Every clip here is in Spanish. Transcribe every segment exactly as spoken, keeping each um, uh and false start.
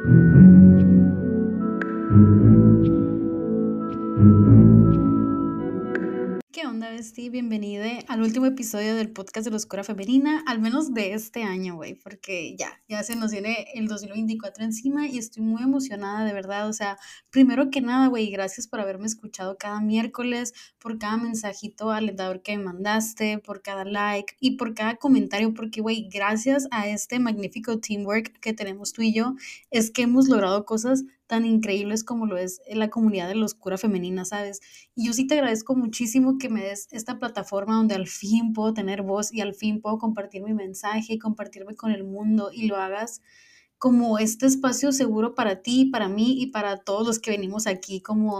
¿Qué onda, Besti? Bienvenida al último episodio del podcast de la Oscura Femenina, al menos de este año, güey, porque ya, ya se nos viene el dos mil veinticuatro encima y estoy muy emocionada, de verdad. O sea, primero que nada, güey, gracias por haberme escuchado cada miércoles, por cada mensajito alentador que me mandaste, por cada like y por cada comentario, porque, güey, gracias a este magnífico teamwork que tenemos tú y yo, es que hemos logrado cosas tan increíbles como lo es la comunidad de la Oscura Femenina, ¿sabes? Y yo sí te agradezco muchísimo que me des esta plataforma donde al fin puedo tener voz y al fin puedo compartir mi mensaje y compartirme con el mundo y lo hagas como este espacio seguro para ti, para mí y para todos los que venimos aquí como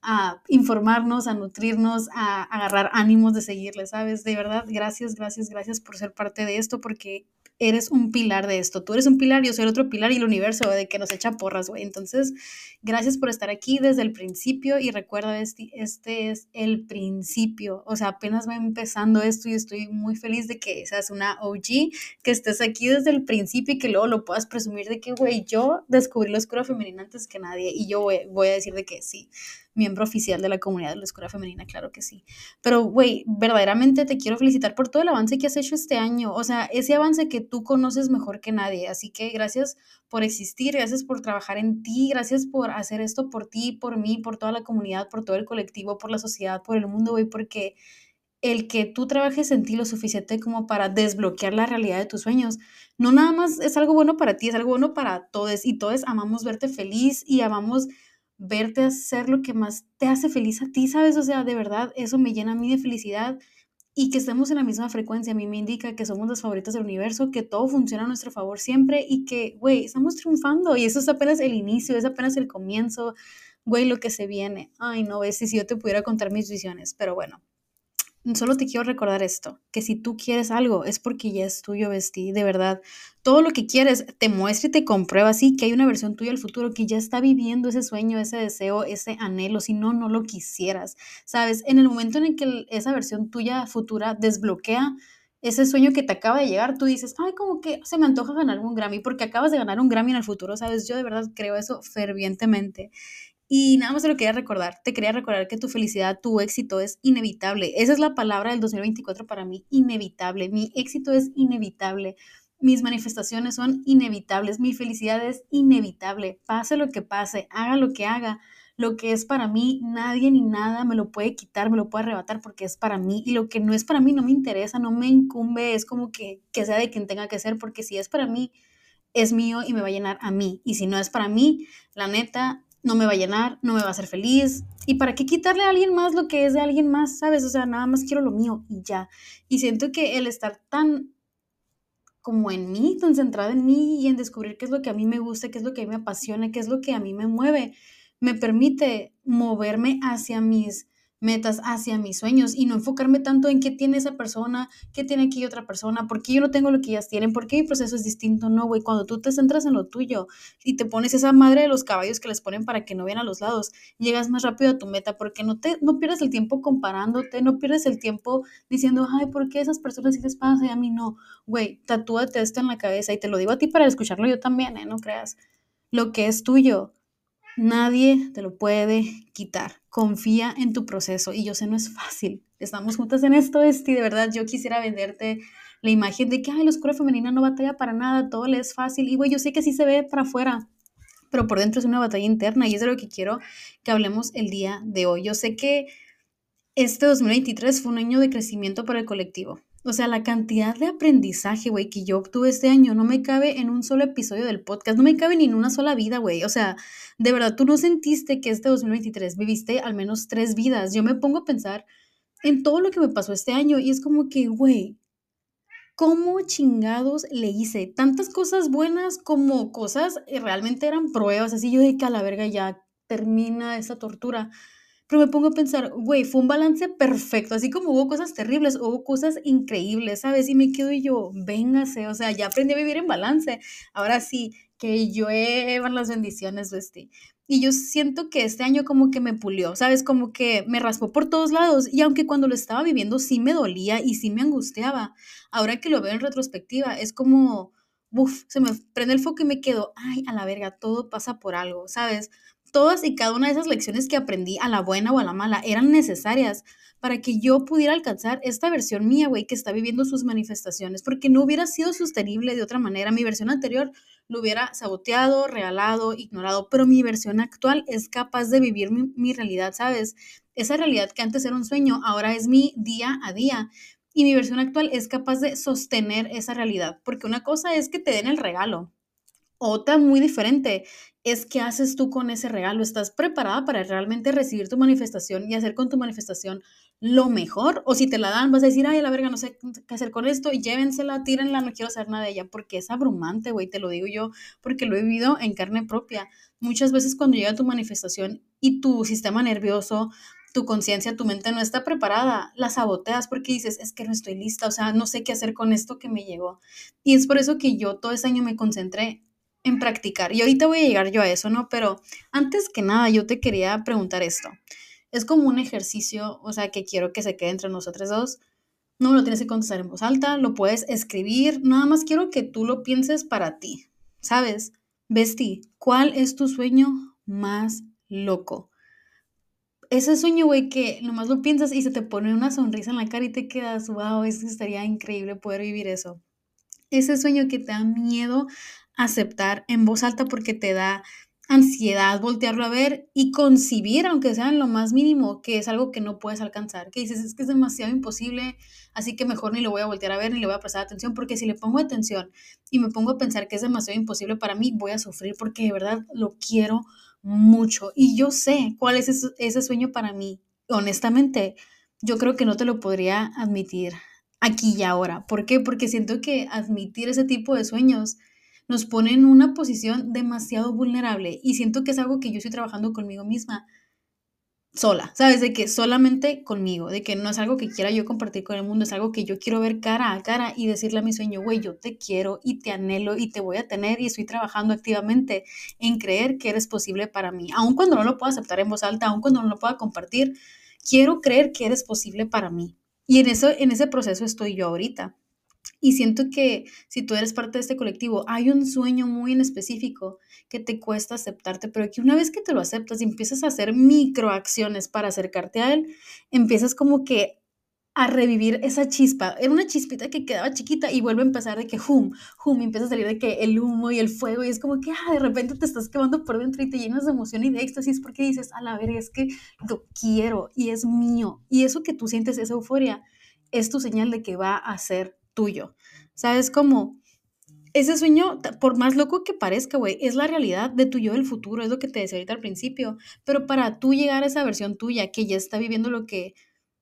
a informarnos, a nutrirnos, a agarrar ánimos de seguirle, ¿sabes? De verdad, gracias, gracias, gracias por ser parte de esto porque eres un pilar de esto. Tú eres un pilar, yo soy el otro pilar y el universo de que nos echa porras, güey. Entonces, gracias por estar aquí desde el principio y recuerda, este, este es el principio. O sea, apenas va empezando esto y estoy muy feliz de que seas una O G, que estés aquí desde el principio y que luego lo puedas presumir de que, güey, yo descubrí la oscura femenina antes que nadie y yo voy, voy a decir de que sí, miembro oficial de la comunidad de la oscura femenina, claro que sí. Pero, güey, verdaderamente te quiero felicitar por todo el avance que has hecho este año. O sea, ese avance que tú conoces mejor que nadie. Así que gracias por existir, gracias por trabajar en ti, gracias por hacer esto por ti, por mí, por toda la comunidad, por todo el colectivo, por la sociedad, por el mundo, güey, porque el que tú trabajes en ti lo suficiente como para desbloquear la realidad de tus sueños, no nada más es algo bueno para ti, es algo bueno para todos y todos amamos verte feliz y amamos verte hacer lo que más te hace feliz a ti, ¿sabes? O sea, de verdad, eso me llena a mí de felicidad y que estemos en la misma frecuencia. A mí me indica que somos las favoritas del universo, que todo funciona a nuestro favor siempre y que, güey, estamos triunfando y eso es apenas el inicio, es apenas el comienzo, güey, lo que se viene. Ay, no, ves, si yo te pudiera contar mis visiones, pero bueno. Solo te quiero recordar esto, que si tú quieres algo es porque ya es tuyo, Besti, de verdad. Todo lo que quieres te muestra y te comprueba así que hay una versión tuya del futuro que ya está viviendo ese sueño, ese deseo, ese anhelo, si no, no lo quisieras, ¿sabes? En el momento en el que el- esa versión tuya futura desbloquea ese sueño que te acaba de llegar, tú dices, ay, como que se me antoja ganar un Grammy porque acabas de ganar un Grammy en el futuro, ¿sabes? Yo de verdad creo eso fervientemente. Y nada más te lo quería recordar, te quería recordar que tu felicidad, tu éxito es inevitable. Esa es la palabra del dos mil veinticuatro para mí, inevitable. Mi éxito es inevitable. Mis manifestaciones son inevitables. Mi felicidad es inevitable. Pase lo que pase, haga lo que haga. Lo que es para mí, nadie ni nada me lo puede quitar, me lo puede arrebatar porque es para mí. Y lo que no es para mí no me interesa, no me incumbe. Es como que, que sea de quien tenga que ser, porque si es para mí, es mío y me va a llenar a mí. Y si no es para mí, la neta, no me va a llenar, no me va a hacer feliz. ¿Y para qué quitarle a alguien más lo que es de alguien más, sabes? O sea, nada más quiero lo mío y ya. Y siento que el estar tan como en mí, tan centrada en mí y en descubrir qué es lo que a mí me gusta, qué es lo que a mí me apasiona, qué es lo que a mí me mueve, me permite moverme hacia mis metas, hacia mis sueños y no enfocarme tanto en qué tiene esa persona, qué tiene aquí otra persona, por qué yo no tengo lo que ellas tienen, por qué mi proceso es distinto. No, güey, cuando tú te centras en lo tuyo y te pones esa madre de los caballos que les ponen para que no vean a los lados, llegas más rápido a tu meta porque no te no pierdes el tiempo comparándote, no pierdes el tiempo diciendo, ay, ¿por qué a esas personas sí les pasa y a mí no? Güey, tatúate esto en la cabeza y te lo digo a ti para escucharlo yo también, ¿eh? No creas. Lo que es tuyo, nadie te lo puede quitar. Confía en tu proceso y yo sé no es fácil. Estamos juntas en esto, Esti, de verdad yo quisiera venderte la imagen de que, ay, la oscura femenina no batalla para nada, todo le es fácil. Y güey, yo sé que sí se ve para afuera, pero por dentro es una batalla interna y es de lo que quiero que hablemos el día de hoy. Yo sé que este dos mil veintitrés fue un año de crecimiento para el colectivo. O sea, la cantidad de aprendizaje, güey, que yo obtuve este año no me cabe en un solo episodio del podcast, no me cabe ni en una sola vida, güey. O sea, de verdad, tú no sentiste que este dos mil veintitrés viviste al menos tres vidas. Yo me pongo a pensar en todo lo que me pasó este año y es como que, güey, ¿cómo chingados le hice? Tantas cosas buenas como cosas eh, realmente eran pruebas, así yo de que a la verga ya termina esa tortura. Pero me pongo a pensar, güey, fue un balance perfecto, así como hubo cosas terribles, hubo cosas increíbles, ¿sabes? Y me quedo yo, véngase, o sea, ya aprendí a vivir en balance. Ahora sí, que lluevan las bendiciones, Besti. Y yo siento que este año como que me pulió, ¿sabes? Como que me raspó por todos lados. Y aunque cuando lo estaba viviendo sí me dolía y sí me angustiaba, ahora que lo veo en retrospectiva, es como, uf, se me prende el foco y me quedo, ay, a la verga, todo pasa por algo, ¿sabes? Todas y cada una de esas lecciones que aprendí, a la buena o a la mala, eran necesarias para que yo pudiera alcanzar esta versión mía, güey, que está viviendo sus manifestaciones, porque no hubiera sido sostenible de otra manera. Mi versión anterior lo hubiera saboteado, regalado, ignorado, pero mi versión actual es capaz de vivir mi, mi realidad, ¿sabes? Esa realidad que antes era un sueño, ahora es mi día a día. Y mi versión actual es capaz de sostener esa realidad, porque una cosa es que te den el regalo, otra muy diferente es qué haces tú con ese regalo. ¿Estás preparada para realmente recibir tu manifestación y hacer con tu manifestación lo mejor? O si te la dan, vas a decir, ay, a la verga, no sé qué hacer con esto y llévensela, tírenla, no quiero hacer nada de ella, porque es abrumante, güey, te lo digo yo, porque lo he vivido en carne propia. Muchas veces cuando llega tu manifestación y tu sistema nervioso, tu conciencia, tu mente no está preparada, la saboteas porque dices, es que no estoy lista, o sea, no sé qué hacer con esto que me llegó. Y es por eso que yo todo ese año me concentré en practicar. Y ahorita voy a llegar yo a eso, ¿no? Pero antes que nada, yo te quería preguntar esto. Es como un ejercicio, o sea, que quiero que se quede entre nosotros dos. No me lo tienes que contestar en voz alta, lo puedes escribir. Nada más quiero que tú lo pienses para ti, ¿sabes? Besti, ¿cuál es tu sueño más loco? Ese sueño, güey, que nomás lo piensas y se te pone una sonrisa en la cara y te quedas, wow, es que estaría increíble poder vivir eso. Ese sueño que te da miedo aceptar en voz alta porque te da ansiedad voltearlo a ver y concebir, aunque sea en lo más mínimo, que es algo que no puedes alcanzar, que dices, es que es demasiado imposible, así que mejor ni lo voy a voltear a ver, ni le voy a prestar atención, porque si le pongo atención y me pongo a pensar que es demasiado imposible para mí, voy a sufrir porque de verdad lo quiero mucho. Y yo sé cuál es ese, ese sueño para mí. Honestamente, yo creo que no te lo podría admitir aquí y ahora. ¿Por qué? Porque siento que admitir ese tipo de sueños nos pone en una posición demasiado vulnerable y siento que es algo que yo estoy trabajando conmigo misma, sola, ¿sabes? De que solamente conmigo, de que no es algo que quiera yo compartir con el mundo, es algo que yo quiero ver cara a cara y decirle a mi sueño, güey, yo te quiero y te anhelo y te voy a tener y estoy trabajando activamente en creer que eres posible para mí, aun cuando no lo pueda aceptar en voz alta, aun cuando no lo pueda compartir, quiero creer que eres posible para mí. Y en eso, en ese proceso estoy yo ahorita. Y siento que si tú eres parte de este colectivo, hay un sueño muy en específico que te cuesta aceptarte, pero que una vez que te lo aceptas y empiezas a hacer microacciones para acercarte a él, empiezas como que a revivir esa chispa. Era una chispita que quedaba chiquita y vuelve a empezar de que hum, hum, y empieza a salir de que el humo y el fuego y es como que ah, de repente te estás quemando por dentro y te llenas de emoción y de éxtasis porque dices, a la verga, es que lo quiero y es mío. Y eso que tú sientes, esa euforia, es tu señal de que va a ser tuyo. ¿Sabes cómo? Ese sueño, por más loco que parezca, güey, es la realidad de tu yo del futuro, es lo que te decía ahorita al principio. Pero para tú llegar a esa versión tuya que ya está viviendo lo que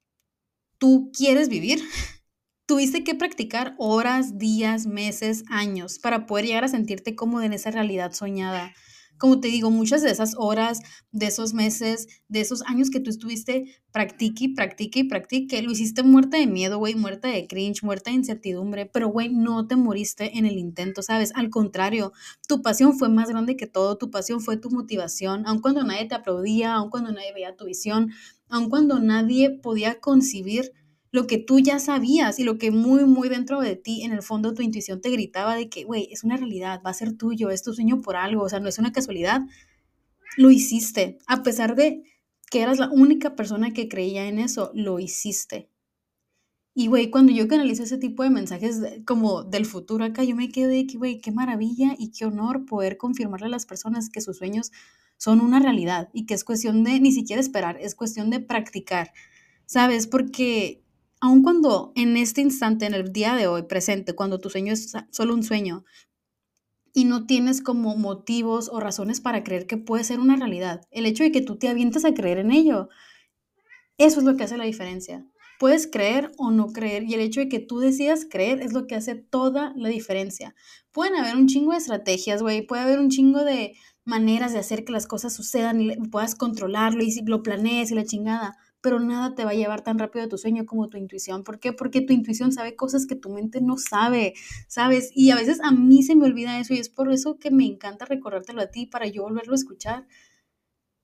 tú quieres vivir, tuviste que practicar horas, días, meses, años para poder llegar a sentirte cómodo en esa realidad soñada. Como te digo, muchas de esas horas, de esos meses, de esos años que tú estuviste, practique y practique y practique, lo hiciste muerta de miedo, güey, muerta de cringe, muerta de incertidumbre, pero, güey, no te moriste en el intento, ¿sabes? Al contrario, tu pasión fue más grande que todo, tu pasión fue tu motivación, aun cuando nadie te aplaudía, aun cuando nadie veía tu visión, aun cuando nadie podía concebir lo que tú ya sabías y lo que muy, muy dentro de ti, en el fondo, tu intuición te gritaba de que, güey, es una realidad, va a ser tuyo, es tu sueño por algo, o sea, no es una casualidad, lo hiciste, a pesar de que eras la única persona que creía en eso, lo hiciste. Y, güey, cuando yo canalizo ese tipo de mensajes de- como del futuro acá, yo me quedé de que, güey, qué maravilla y qué honor poder confirmarle a las personas que sus sueños son una realidad y que es cuestión de ni siquiera esperar, es cuestión de practicar, ¿sabes? Porque aun cuando en este instante, en el día de hoy, presente, cuando tu sueño es sa- solo un sueño y no tienes como motivos o razones para creer que puede ser una realidad, el hecho de que tú te avientes a creer en ello, eso es lo que hace la diferencia. Puedes creer o no creer y el hecho de que tú decidas creer es lo que hace toda la diferencia. Pueden haber un chingo de estrategias, güey, puede haber un chingo de maneras de hacer que las cosas sucedan y le- puedas controlarlo y si lo planees y la chingada, pero nada te va a llevar tan rápido a tu sueño como tu intuición. ¿Por qué? Porque tu intuición sabe cosas que tu mente no sabe, ¿sabes? Y a veces a mí se me olvida eso y es por eso que me encanta recordártelo a ti para yo volverlo a escuchar.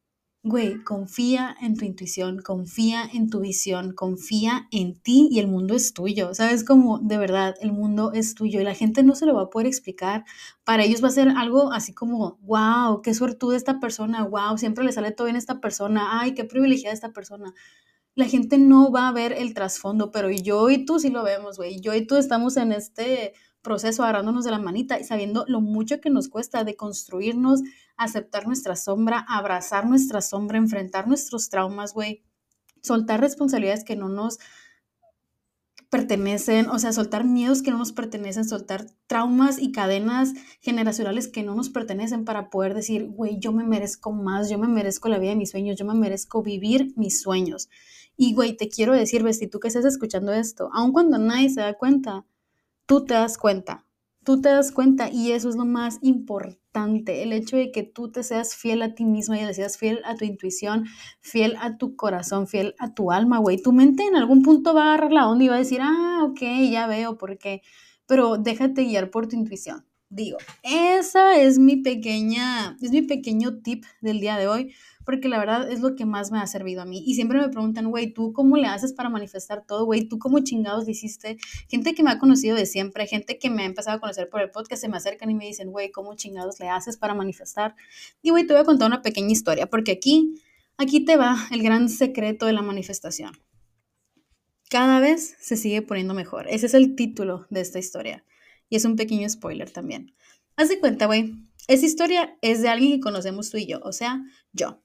Güey, confía en tu intuición, confía en tu visión, confía en ti y el mundo es tuyo. ¿Sabes? Como de verdad, el mundo es tuyo y la gente no se lo va a poder explicar. Para ellos va a ser algo así como, wow, qué suertuda esta persona, wow, siempre le sale todo bien a esta persona, ay, qué privilegiada esta persona. La gente no va a ver el trasfondo, pero yo y tú sí lo vemos, güey. Yo y tú estamos en este proceso agarrándonos de la manita y sabiendo lo mucho que nos cuesta de construirnos, aceptar nuestra sombra, abrazar nuestra sombra, enfrentar nuestros traumas, güey. Soltar responsabilidades que no nos pertenecen, o sea, soltar miedos que no nos pertenecen, soltar traumas y cadenas generacionales que no nos pertenecen para poder decir, güey, yo me merezco más, yo me merezco la vida de mis sueños, yo me merezco vivir mis sueños. Y, güey, te quiero decir, Besti, tú que estás escuchando esto, aun cuando nadie se da cuenta, tú te das cuenta, tú te das cuenta y eso es lo más importante, el hecho de que tú te seas fiel a ti misma y le seas fiel a tu intuición, fiel a tu corazón, fiel a tu alma, güey. Tu mente en algún punto va a agarrar la onda y va a decir, ah, ok, ya veo por qué, pero déjate guiar por tu intuición. Digo, esa es mi pequeña, es mi pequeño tip del día de hoy, porque la verdad es lo que más me ha servido a mí. Y siempre me preguntan, güey, ¿tú cómo le haces para manifestar todo, güey? ¿Tú cómo chingados le hiciste? Gente que me ha conocido de siempre, gente que me ha empezado a conocer por el podcast, se me acercan y me dicen, güey, ¿cómo chingados le haces para manifestar? Y, güey, te voy a contar una pequeña historia, porque aquí, aquí te va el gran secreto de la manifestación. Cada vez se sigue poniendo mejor. Ese es el título de esta historia. Y es un pequeño spoiler también. Haz de cuenta, güey. Esa historia es de alguien que conocemos tú y yo, o sea, yo.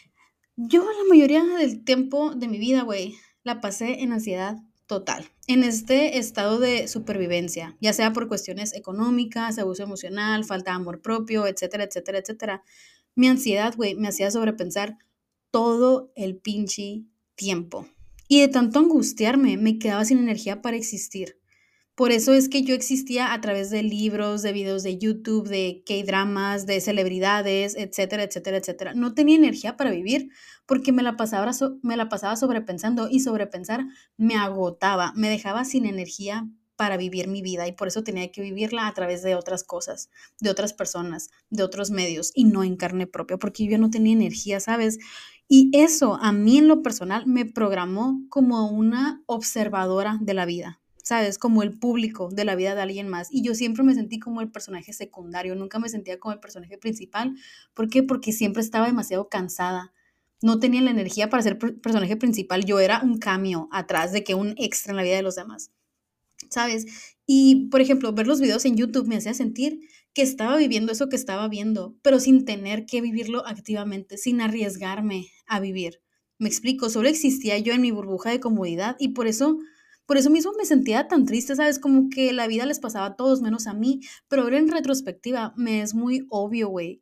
Yo la mayoría del tiempo de mi vida, güey, la pasé en ansiedad total, en este estado de supervivencia, ya sea por cuestiones económicas, abuso emocional, falta de amor propio, etcétera, etcétera, etcétera. Mi ansiedad, güey, me hacía sobrepensar todo el pinche tiempo. Y de tanto angustiarme, me quedaba sin energía para existir. Por eso es que yo existía a través de libros, de videos de YouTube, de K-dramas, de celebridades, etcétera, etcétera, etcétera. No tenía energía para vivir porque me la pasaba, so- me la pasaba sobrepensando y sobrepensar me agotaba, me dejaba sin energía para vivir mi vida y por eso tenía que vivirla a través de otras cosas, de otras personas, de otros medios y no en carne propia porque yo ya no tenía energía, ¿sabes? Y eso a mí en lo personal me programó como una observadora de la vida. ¿Sabes? Como el público de la vida de alguien más. Y yo siempre me sentí como el personaje secundario, nunca me sentía como el personaje principal. ¿Por qué? Porque siempre estaba demasiado cansada. No tenía la energía para ser per- personaje principal. Yo era un cameo atrás de que un extra en la vida de los demás. ¿Sabes? Y, por ejemplo, ver los videos en YouTube me hacía sentir que estaba viviendo eso que estaba viendo, pero sin tener que vivirlo activamente, sin arriesgarme a vivir. Me explico, solo existía yo en mi burbuja de comodidad y por eso, por eso mismo me sentía tan triste, ¿sabes? Como que la vida les pasaba a todos menos a mí, pero ahora en retrospectiva me es muy obvio, güey,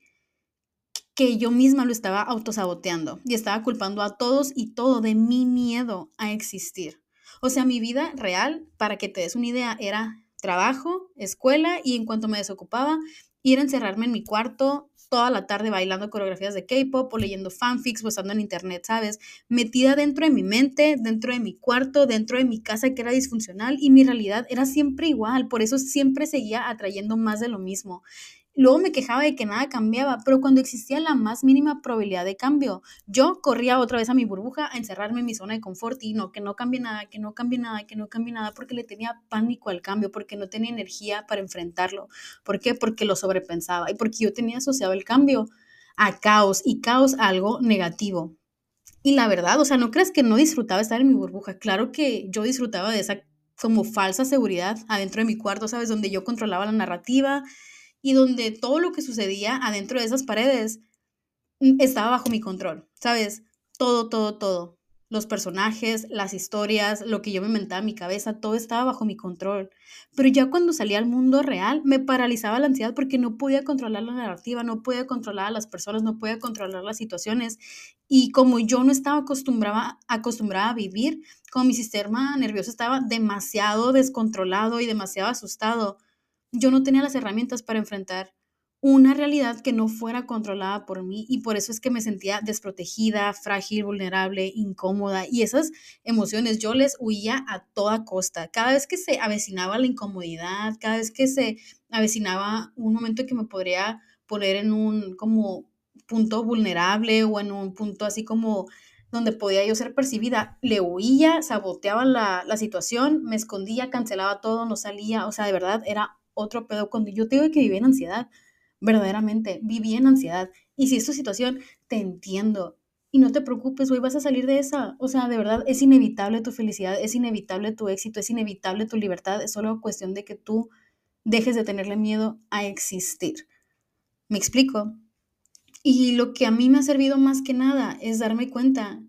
que yo misma lo estaba autosaboteando y estaba culpando a todos y todo de mi miedo a existir. O sea, mi vida real, para que te des una idea, era trabajo, escuela y en cuanto me desocupaba, ir a encerrarme en mi cuarto toda la tarde bailando coreografías de K-pop o leyendo fanfics o estando en internet, ¿sabes? Metida dentro de mi mente, dentro de mi cuarto, dentro de mi casa que era disfuncional y mi realidad era siempre igual, por eso siempre seguía atrayendo más de lo mismo. Luego me quejaba de que nada cambiaba, pero cuando existía la más mínima probabilidad de cambio, yo corría otra vez a mi burbuja a encerrarme en mi zona de confort y no, que no cambie nada, que no cambie nada, que no cambie nada, porque le tenía pánico al cambio, porque no tenía energía para enfrentarlo. ¿Por qué? Porque lo sobrepensaba y porque yo tenía asociado el cambio a caos y caos a algo negativo. Y la verdad, o sea, no creas que no disfrutaba estar en mi burbuja. Claro que yo disfrutaba de esa como falsa seguridad adentro de mi cuarto, ¿sabes? Donde yo controlaba la narrativa y donde todo lo que sucedía adentro de esas paredes mm, estaba bajo mi control, ¿sabes? Todo, todo, todo. Los personajes, las historias, lo que yo me inventaba en mi cabeza, todo estaba bajo mi control. Pero ya cuando salía al mundo real, me paralizaba la ansiedad porque no podía controlar la narrativa, no podía controlar a las personas, no podía controlar las situaciones. Y como yo no estaba acostumbrada, acostumbrada a vivir, como mi sistema nervioso estaba demasiado descontrolado y demasiado asustado, yo no tenía las herramientas para enfrentar una realidad que no fuera controlada por mí y por eso es que me sentía desprotegida, frágil, vulnerable, incómoda y esas emociones yo les huía a toda costa. Cada vez que se avecinaba la incomodidad, cada vez que se avecinaba un momento que me podría poner en un como punto vulnerable o en un punto así como donde podía yo ser percibida, le huía, saboteaba la, la situación, me escondía, cancelaba todo, no salía, o sea, de verdad era otro pedo cuando yo tengo que vivir en ansiedad, verdaderamente, viví en ansiedad. Y si es tu situación, te entiendo. Y no te preocupes, güey, vas a salir de esa. O sea, de verdad, es inevitable tu felicidad, es inevitable tu éxito, es inevitable tu libertad. Es solo cuestión de que tú dejes de tenerle miedo a existir. ¿Me explico? Y lo que a mí me ha servido más que nada es darme cuenta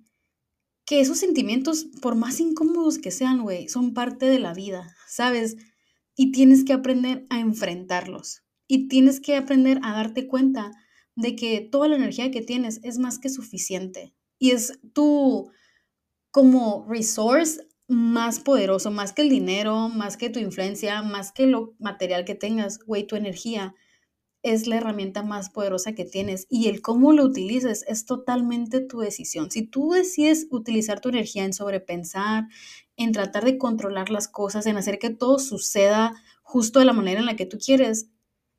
que esos sentimientos, por más incómodos que sean, güey, son parte de la vida, ¿sabes? Y tienes que aprender a enfrentarlos. Y tienes que aprender a darte cuenta de que toda la energía que tienes es más que suficiente. Y es tu como resource más poderoso, más que el dinero, más que tu influencia, más que lo material que tengas, güey, tu energía es la herramienta más poderosa que tienes y el cómo lo utilices es totalmente tu decisión. Si tú decides utilizar tu energía en sobrepensar, en tratar de controlar las cosas, en hacer que todo suceda justo de la manera en la que tú quieres,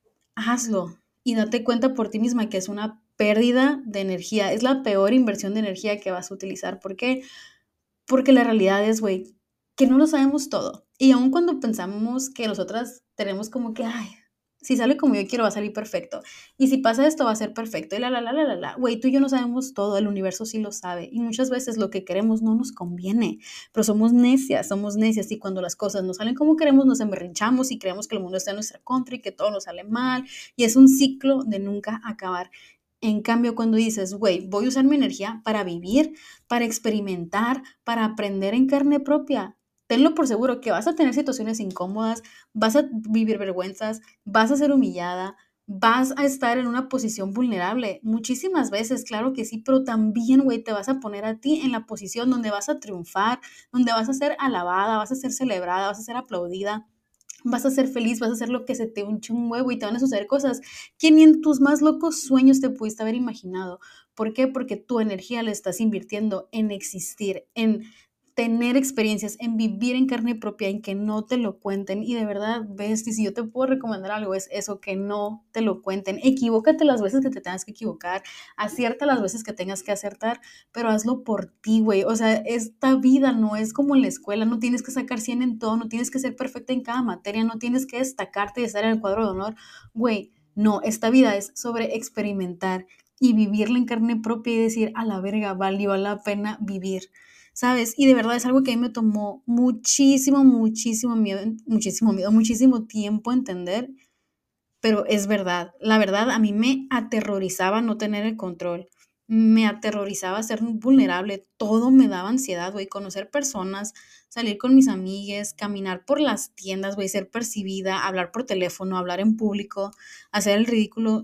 hazlo y date cuenta por ti misma que es una pérdida de energía. Es la peor inversión de energía que vas a utilizar. ¿Por qué? Porque la realidad es, güey, que no lo sabemos todo. Y aun cuando pensamos que nosotras tenemos como que, ay, si sale como yo quiero va a salir perfecto. Y si pasa esto va a ser perfecto. Y la, la, la, la, la, la. Güey, tú y yo no sabemos todo, el universo sí lo sabe. Y muchas veces lo que queremos no nos conviene. Pero somos necias, somos necias. Y cuando las cosas no salen como queremos, nos emberrinchamos y creemos que el mundo está en nuestra contra y que todo nos sale mal. Y es un ciclo de nunca acabar. En cambio, cuando dices, güey, voy a usar mi energía para vivir, para experimentar, para aprender en carne propia. Tenlo por seguro que vas a tener situaciones incómodas, vas a vivir vergüenzas, vas a ser humillada, vas a estar en una posición vulnerable. Muchísimas veces, claro que sí, pero también, güey, te vas a poner a ti en la posición donde vas a triunfar, donde vas a ser alabada, vas a ser celebrada, vas a ser aplaudida. Vas a ser feliz, vas a hacer lo que se te unche un huevo y te van a suceder cosas que ni en tus más locos sueños te pudiste haber imaginado. ¿Por qué? Porque tu energía la estás invirtiendo en existir, en tener experiencias, en vivir en carne propia, en que no te lo cuenten. Y de verdad, bestie, si yo te puedo recomendar algo, es eso, que no te lo cuenten. Equivócate las veces que te tengas que equivocar, acierta las veces que tengas que acertar, pero hazlo por ti, güey. O sea, esta vida no es como en la escuela, no tienes que sacar cien en todo, no tienes que ser perfecta en cada materia, no tienes que destacarte y estar en el cuadro de honor. Güey, no, esta vida es sobre experimentar y vivirla en carne propia y decir, a la verga, valió la pena vivir. ¿Sabes? Y de verdad es algo que a mí me tomó muchísimo, muchísimo miedo, muchísimo miedo, muchísimo tiempo entender, pero es verdad. La verdad, a mí me aterrorizaba no tener el control. Me aterrorizaba ser vulnerable. Todo me daba ansiedad, güey. Conocer personas, salir con mis amigues, caminar por las tiendas, güey, ser percibida, hablar por teléfono, hablar en público, hacer el ridículo.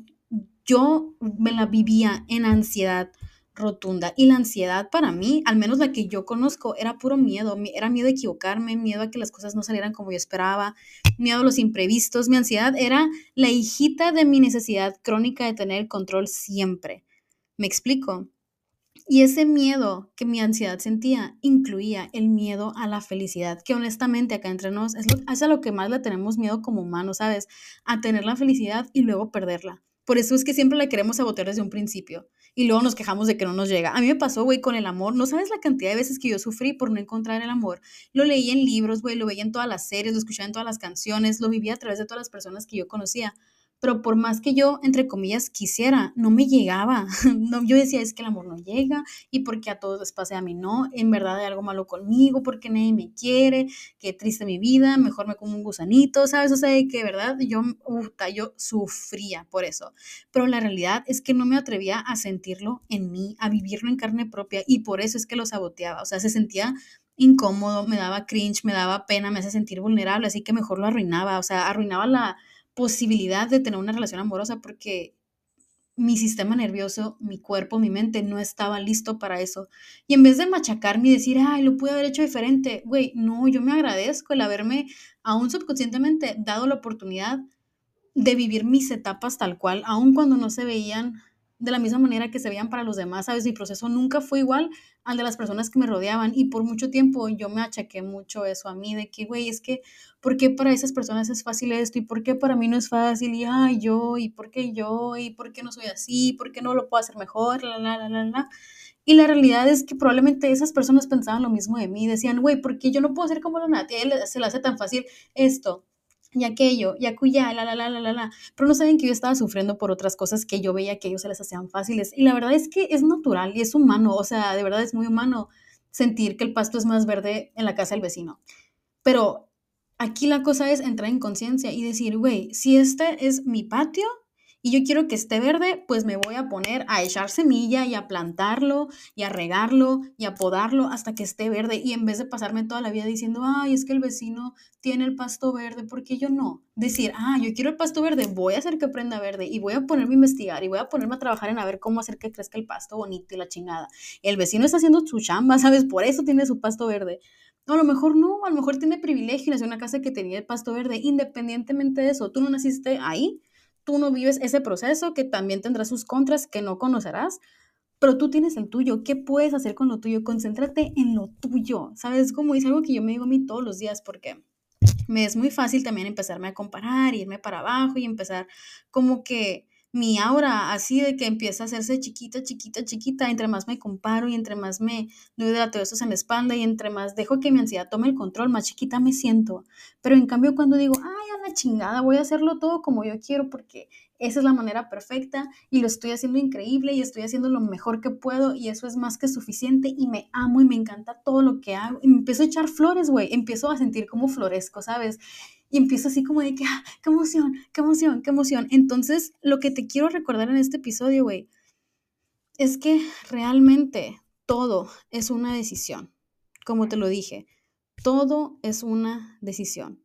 Yo me la vivía en ansiedad rotunda. Y la ansiedad para mí, al menos la que yo conozco, era puro miedo. Mi- Era miedo a equivocarme, miedo a que las cosas no salieran como yo esperaba, miedo a los imprevistos. Mi ansiedad era la hijita de mi necesidad crónica de tener el control siempre. ¿Me explico? Y ese miedo que mi ansiedad sentía incluía el miedo a la felicidad, que honestamente acá entre nos es, lo, es a lo que más le tenemos miedo como humanos, ¿sabes? A tener la felicidad y luego perderla. Por eso es que siempre la queremos sabotear desde un principio y luego nos quejamos de que no nos llega. A mí me pasó, güey, con el amor. No sabes la cantidad de veces que yo sufrí por no encontrar el amor. Lo leí en libros, güey, lo veía en todas las series, lo escuchaba en todas las canciones, lo vivía a través de todas las personas que yo conocía, pero por más que yo, entre comillas, quisiera, no me llegaba. No, yo decía, es que el amor no llega, y porque a todos les pase a mí no, en verdad hay algo malo conmigo, porque nadie me quiere, qué triste mi vida, mejor me como un gusanito, ¿sabes? O sea, de que de verdad yo, uh, yo sufría por eso, pero la realidad es que no me atrevía a sentirlo en mí, a vivirlo en carne propia, y por eso es que lo saboteaba, o sea, se sentía incómodo, me daba cringe, me daba pena, me hacía sentir vulnerable, así que mejor lo arruinaba, o sea, arruinaba la posibilidad de tener una relación amorosa porque mi sistema nervioso, mi cuerpo, mi mente no estaba listo para eso. Y en vez de machacarme y decir, ay, lo pude haber hecho diferente, güey, no, yo me agradezco el haberme aún subconscientemente dado la oportunidad de vivir mis etapas tal cual, aun cuando no se veían de la misma manera que se veían para los demás, ¿sabes? Mi proceso nunca fue igual al de las personas que me rodeaban y por mucho tiempo yo me achaqué mucho eso a mí, de que, güey, es que, ¿por qué para esas personas es fácil esto? ¿Y por qué para mí no es fácil? Y, ay, yo, ¿y por qué yo? ¿Y por qué no soy así? ¿Por qué no lo puedo hacer mejor? La, la, la, la, la. Y la realidad es que probablemente esas personas pensaban lo mismo de mí, decían, güey, ¿por qué yo no puedo ser como la Nati? A ella se le hace tan fácil esto y aquello, y acuya, la, la, la, la, la, la. Pero no saben que yo estaba sufriendo por otras cosas que yo veía que a ellos se les hacían fáciles. Y la verdad es que es natural y es humano, o sea, de verdad es muy humano sentir que el pasto es más verde en la casa del vecino. Pero aquí la cosa es entrar en conciencia y decir, güey, si este es mi patio y yo quiero que esté verde, pues me voy a poner a echar semilla y a plantarlo y a regarlo y a podarlo hasta que esté verde. Y en vez de pasarme toda la vida diciendo, ay, es que el vecino tiene el pasto verde, ¿por qué yo no? Decir, ah, yo quiero el pasto verde, voy a hacer que prenda verde y voy a ponerme a investigar y voy a ponerme a trabajar en a ver cómo hacer que crezca el pasto bonito y la chingada. El vecino está haciendo su chamba, ¿sabes? Por eso tiene su pasto verde. No, a lo mejor no, a lo mejor tiene privilegio y nació en una casa que tenía el pasto verde. Independientemente de eso, tú no naciste ahí, tú no vives ese proceso que también tendrá sus contras que no conocerás, pero tú tienes el tuyo. ¿Qué puedes hacer con lo tuyo? Concéntrate en lo tuyo, ¿sabes? Como es algo que yo me digo a mí todos los días porque me es muy fácil también empezarme a comparar, irme para abajo y empezar como que mi aura así de que empieza a hacerse chiquita, chiquita, chiquita, entre más me comparo y entre más me doy de latigazos en la espalda y entre más dejo que mi ansiedad tome el control, más chiquita me siento. Pero en cambio cuando digo, ay, a la chingada, voy a hacerlo todo como yo quiero porque esa es la manera perfecta y lo estoy haciendo increíble y estoy haciendo lo mejor que puedo y eso es más que suficiente y me amo y me encanta todo lo que hago. Y me empiezo a echar flores, güey, empiezo a sentir como florezco, ¿sabes? Y empiezo así como de que, ah, qué emoción, qué emoción, qué emoción. Entonces, lo que te quiero recordar en este episodio, güey, es que realmente todo es una decisión. Como te lo dije, todo es una decisión.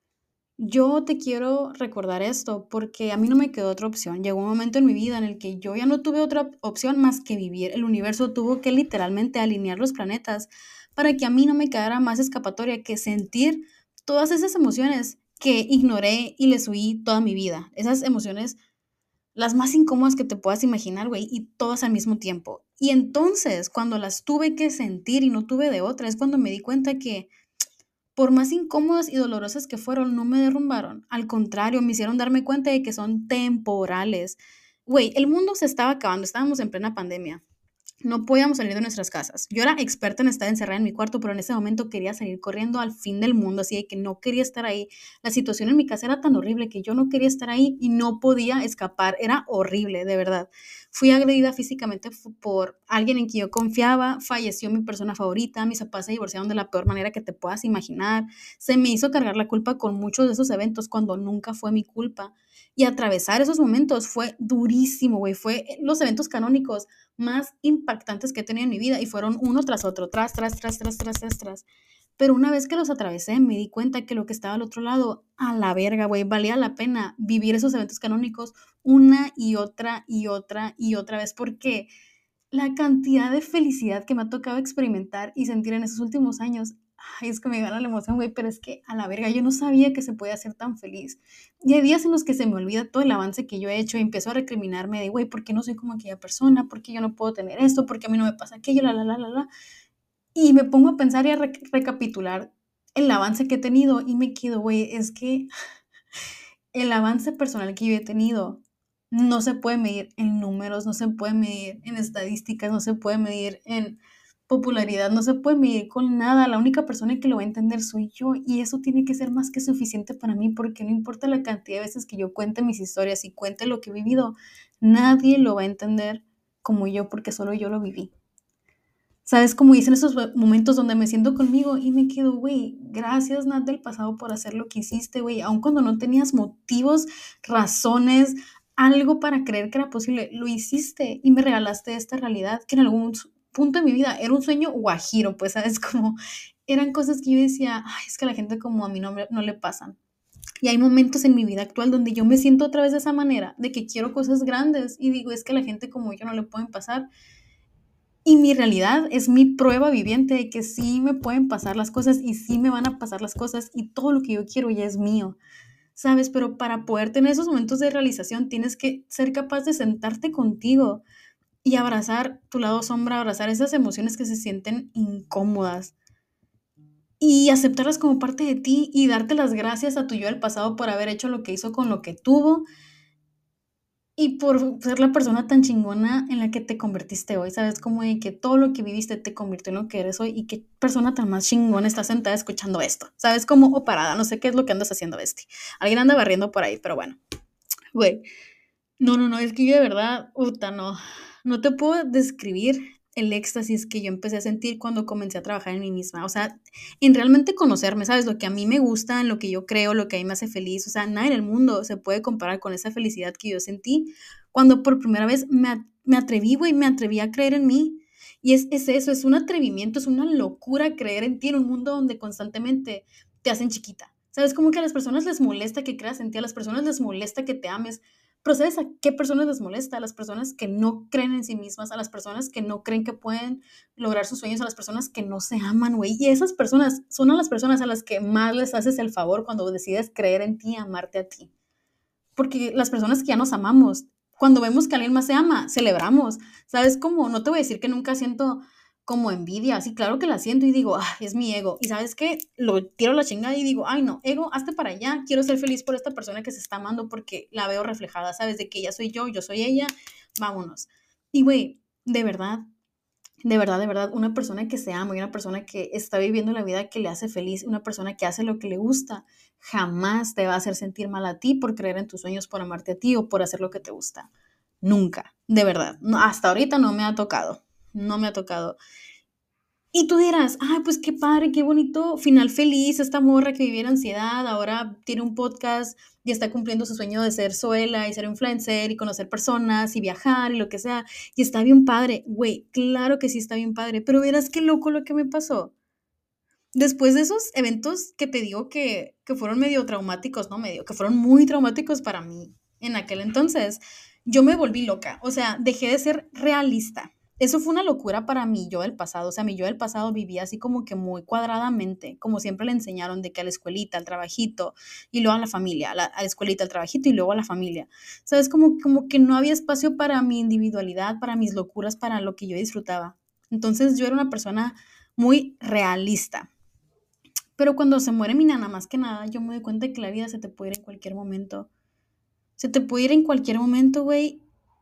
Yo te quiero recordar esto porque a mí no me quedó otra opción. Llegó un momento en mi vida en el que yo ya no tuve otra opción más que vivir. El universo tuvo que literalmente alinear los planetas para que a mí no me quedara más escapatoria que sentir todas esas emociones que ignoré y les huí toda mi vida. Esas emociones, las más incómodas que te puedas imaginar, güey, y todas al mismo tiempo. Y entonces, cuando las tuve que sentir y no tuve de otra, es cuando me di cuenta que por más incómodas y dolorosas que fueron, no me derrumbaron. Al contrario, me hicieron darme cuenta de que son temporales. Güey, el mundo se estaba acabando, estábamos en plena pandemia. No podíamos salir de nuestras casas. Yo era experta en estar encerrada en mi cuarto, pero en ese momento quería salir corriendo al fin del mundo, así de que no quería estar ahí. La situación en mi casa era tan horrible que yo no quería estar ahí y no podía escapar. Era horrible, de verdad. Fui agredida físicamente por alguien en quien yo confiaba, falleció mi persona favorita, mis papás se divorciaron de la peor manera que te puedas imaginar. Se me hizo cargar la culpa con muchos de esos eventos cuando nunca fue mi culpa. Y atravesar esos momentos fue durísimo, güey. Fue los eventos canónicos más impactantes que he tenido en mi vida y fueron uno tras otro, tras, tras, tras, tras, tras, tras, tras. Pero una vez que los atravesé, me di cuenta que lo que estaba al otro lado, a la verga, güey, valía la pena vivir esos eventos canónicos una y otra y otra y otra vez, porque la cantidad de felicidad que me ha tocado experimentar y sentir en esos últimos años, ay, es que me gana la emoción, güey, pero es que a la verga, yo no sabía que se podía ser tan feliz. Y hay días en los que se me olvida todo el avance que yo he hecho y empiezo a recriminarme de, güey, ¿por qué no soy como aquella persona? ¿Por qué yo no puedo tener esto? ¿Por qué a mí no me pasa aquello? La, la, la, la, la. Y me pongo a pensar y a re- recapitular el avance que he tenido y me quedo, güey, es que el avance personal que yo he tenido no se puede medir en números, no se puede medir en estadísticas, no se puede medir en popularidad, no se puede medir con nada. La única persona que lo va a entender soy yo y eso tiene que ser más que suficiente para mí porque no importa la cantidad de veces que yo cuente mis historias y cuente lo que he vivido, nadie lo va a entender como yo porque solo yo lo viví. ¿Sabes? Como dicen esos momentos donde me siento conmigo y me quedo, güey, gracias Nat del pasado por hacer lo que hiciste, güey, aun cuando no tenías motivos, razones, algo para creer que era posible, lo hiciste y me regalaste esta realidad que en algún punto de mi vida era un sueño guajiro, pues, ¿sabes? Como eran cosas que yo decía, ay, es que a la gente como a mí no, no le pasan. Y hay momentos en mi vida actual donde yo me siento otra vez de esa manera, de que quiero cosas grandes y digo, es que a la gente como yo no le pueden pasar. Y mi realidad es mi prueba viviente de que sí me pueden pasar las cosas y sí me van a pasar las cosas y todo lo que yo quiero ya es mío. ¿sabes? Pero para poder tener esos momentos de realización tienes que ser capaz de sentarte contigo y abrazar tu lado sombra, abrazar esas emociones que se sienten incómodas y aceptarlas como parte de ti y darte las gracias a tu yo del pasado por haber hecho lo que hizo con lo que tuvo y por ser la persona tan chingona en la que te convertiste hoy, ¿sabes? Como de que todo lo que viviste te convirtió en lo que eres hoy y qué persona tan más chingona está sentada escuchando esto, ¿sabes? Como o parada, no sé qué es lo que andas haciendo, Besti. Alguien anda barriendo por ahí, pero bueno, güey. No, no, no, es que yo de verdad, puta, no, no te puedo describir el éxtasis que yo empecé a sentir cuando comencé a trabajar en mí misma, o sea, en realmente conocerme, ¿sabes? Lo que a mí me gusta, en lo que yo creo, lo que a mí me hace feliz, o sea, nada en el mundo se puede comparar con esa felicidad que yo sentí cuando por primera vez me, a- me atreví, güey, me atreví a creer en mí. Y es, es eso, es un atrevimiento, es una locura creer en ti en un mundo donde constantemente te hacen chiquita. ¿Sabes? Como que a las personas les molesta que creas en ti, a las personas les molesta que te ames, pero ¿sabes a qué personas les molesta? A las personas que no creen en sí mismas, a las personas que no creen que pueden lograr sus sueños, a las personas que no se aman, güey. Y esas personas son a las personas a las que más les haces el favor cuando decides creer en ti, amarte a ti. Porque las personas que ya nos amamos, cuando vemos que alguien más se ama, celebramos. ¿Sabes cómo? No te voy a decir que nunca siento como envidia, sí, claro que la siento y digo, ah, es mi ego. Y ¿sabes qué? Lo tiro a la chingada y digo, ay, no, ego, hazte para allá. Quiero ser feliz por esta persona que se está amando porque la veo reflejada, ¿sabes? De que ella soy yo, yo soy ella, vámonos. Y güey, de verdad, de verdad, de verdad, una persona que se ama y una persona que está viviendo la vida que le hace feliz, una persona que hace lo que le gusta, jamás te va a hacer sentir mal a ti por creer en tus sueños, por amarte a ti o por hacer lo que te gusta. Nunca, de verdad. No, hasta ahorita no me ha tocado. No me ha tocado. Y tú dirás, ay, pues qué padre, qué bonito, final feliz, esta morra que vivía en ansiedad, ahora tiene un podcast y está cumpliendo su sueño de ser Zoela y ser influencer y conocer personas y viajar y lo que sea. Y está bien padre, güey, claro que sí está bien padre, pero verás qué loco lo que me pasó. Después de esos eventos que te digo que, que fueron medio traumáticos, no medio, que fueron muy traumáticos para mí en aquel entonces, yo me volví loca, o sea, dejé de ser realista. Eso fue una locura para mí, yo del pasado, o sea, mi yo del pasado vivía así como que muy cuadradamente, como siempre le enseñaron de que a la escuelita, al trabajito, y luego a la familia, a la, a la escuelita, al trabajito y luego a la familia. ¿Sabes? Como, como que no había espacio para mi individualidad, para mis locuras, para lo que yo disfrutaba. Entonces yo era una persona muy realista. Pero cuando se muere mi nana, más que nada, yo me doy cuenta de que la vida se te puede ir en cualquier momento. Se te puede ir en cualquier momento, güey.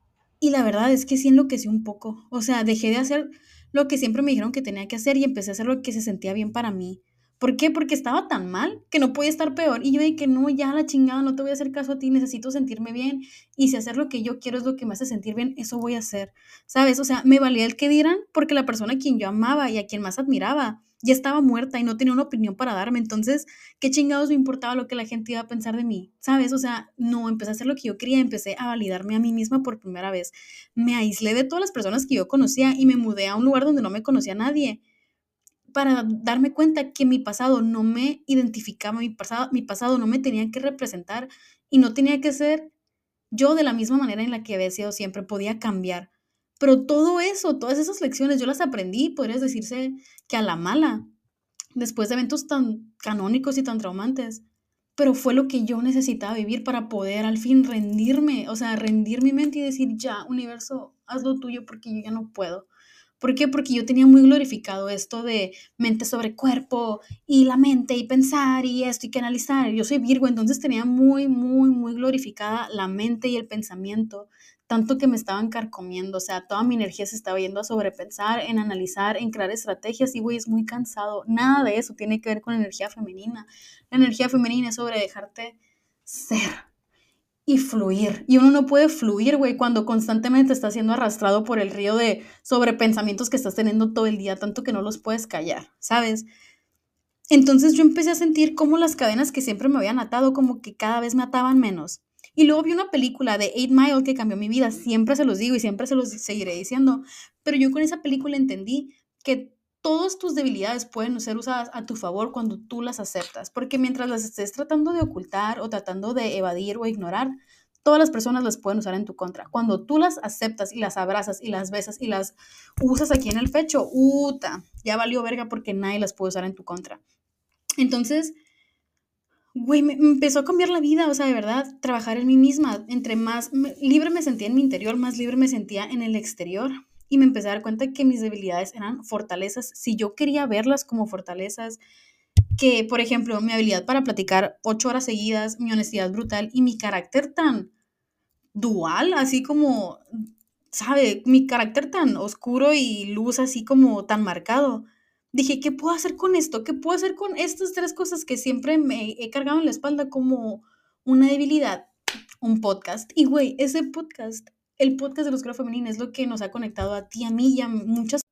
Y la verdad es que sí enloquecí un poco. O sea, dejé de hacer lo que siempre me dijeron que tenía que hacer y empecé a hacer lo que se sentía bien para mí. ¿Por qué? Porque estaba tan mal que no podía estar peor. Y yo dije que no, ya la chingada, no te voy a hacer caso a ti, necesito sentirme bien. Y si hacer lo que yo quiero es lo que me hace sentir bien, eso voy a hacer. ¿Sabes? O sea, me valía el que dirán porque la persona a quien yo amaba y a quien más admiraba ya estaba muerta y no tenía una opinión para darme. Entonces, ¿qué chingados me importaba lo que la gente iba a pensar de mí? ¿Sabes? O sea, no, empecé a hacer lo que yo quería, empecé a validarme a mí misma por primera vez. Me aislé de todas las personas que yo conocía y me mudé a un lugar donde no me conocía nadie para darme cuenta que mi pasado no me identificaba, mi pasado, mi pasado no me tenía que representar y no tenía que ser yo de la misma manera en la que había sido siempre, podía cambiar. Pero todo eso, todas esas lecciones, yo las aprendí, podrías decirse que a la mala, después de eventos tan canónicos y tan traumantes. Pero fue lo que yo necesitaba vivir para poder al fin rendirme, o sea, rendir mi mente y decir, ya, universo, haz lo tuyo porque yo ya no puedo. ¿Por qué? Porque yo tenía muy glorificado esto de mente sobre cuerpo y la mente y pensar y esto y que analizar. Yo soy Virgo, entonces tenía muy, muy, muy glorificada la mente y el pensamiento, tanto que me estaban carcomiendo, o sea, toda mi energía se estaba yendo a sobrepensar, en analizar, en crear estrategias y, güey, es muy cansado. Nada de eso tiene que ver con la energía femenina. La energía femenina es sobre dejarte ser y fluir. Y uno no puede fluir, güey, cuando constantemente está siendo arrastrado por el río de sobrepensamientos que estás teniendo todo el día, tanto que no los puedes callar, ¿sabes? Entonces yo empecé a sentir como las cadenas que siempre me habían atado, como que cada vez me ataban menos. Y luego vi una película de Eight Mile que cambió mi vida, siempre se los digo y siempre se los seguiré diciendo, pero yo con esa película entendí que todas tus debilidades pueden ser usadas a tu favor cuando tú las aceptas, porque mientras las estés tratando de ocultar o tratando de evadir o ignorar, todas las personas las pueden usar en tu contra. Cuando tú las aceptas y las abrazas y las besas y las usas aquí en el pecho, uta, ya valió verga porque nadie las puede usar en tu contra. Entonces, Güey, me, me empezó a cambiar la vida, o sea, de verdad, trabajar en mí misma. Entre más me- libre me sentía en mi interior, más libre me sentía en el exterior. Y me empecé a dar cuenta que mis debilidades eran fortalezas. Si yo quería verlas como fortalezas, que, por ejemplo, mi habilidad para platicar ocho horas seguidas, mi honestidad brutal y mi carácter tan dual, así como, ¿sabe? Mi carácter tan oscuro y luz así como tan marcado. Dije, ¿qué puedo hacer con esto? ¿Qué puedo hacer con estas tres cosas que siempre me he cargado en la espalda como una debilidad? Un podcast. Y güey, ese podcast, el podcast de los Creo Femenina es lo que nos ha conectado a ti, a mí y a muchas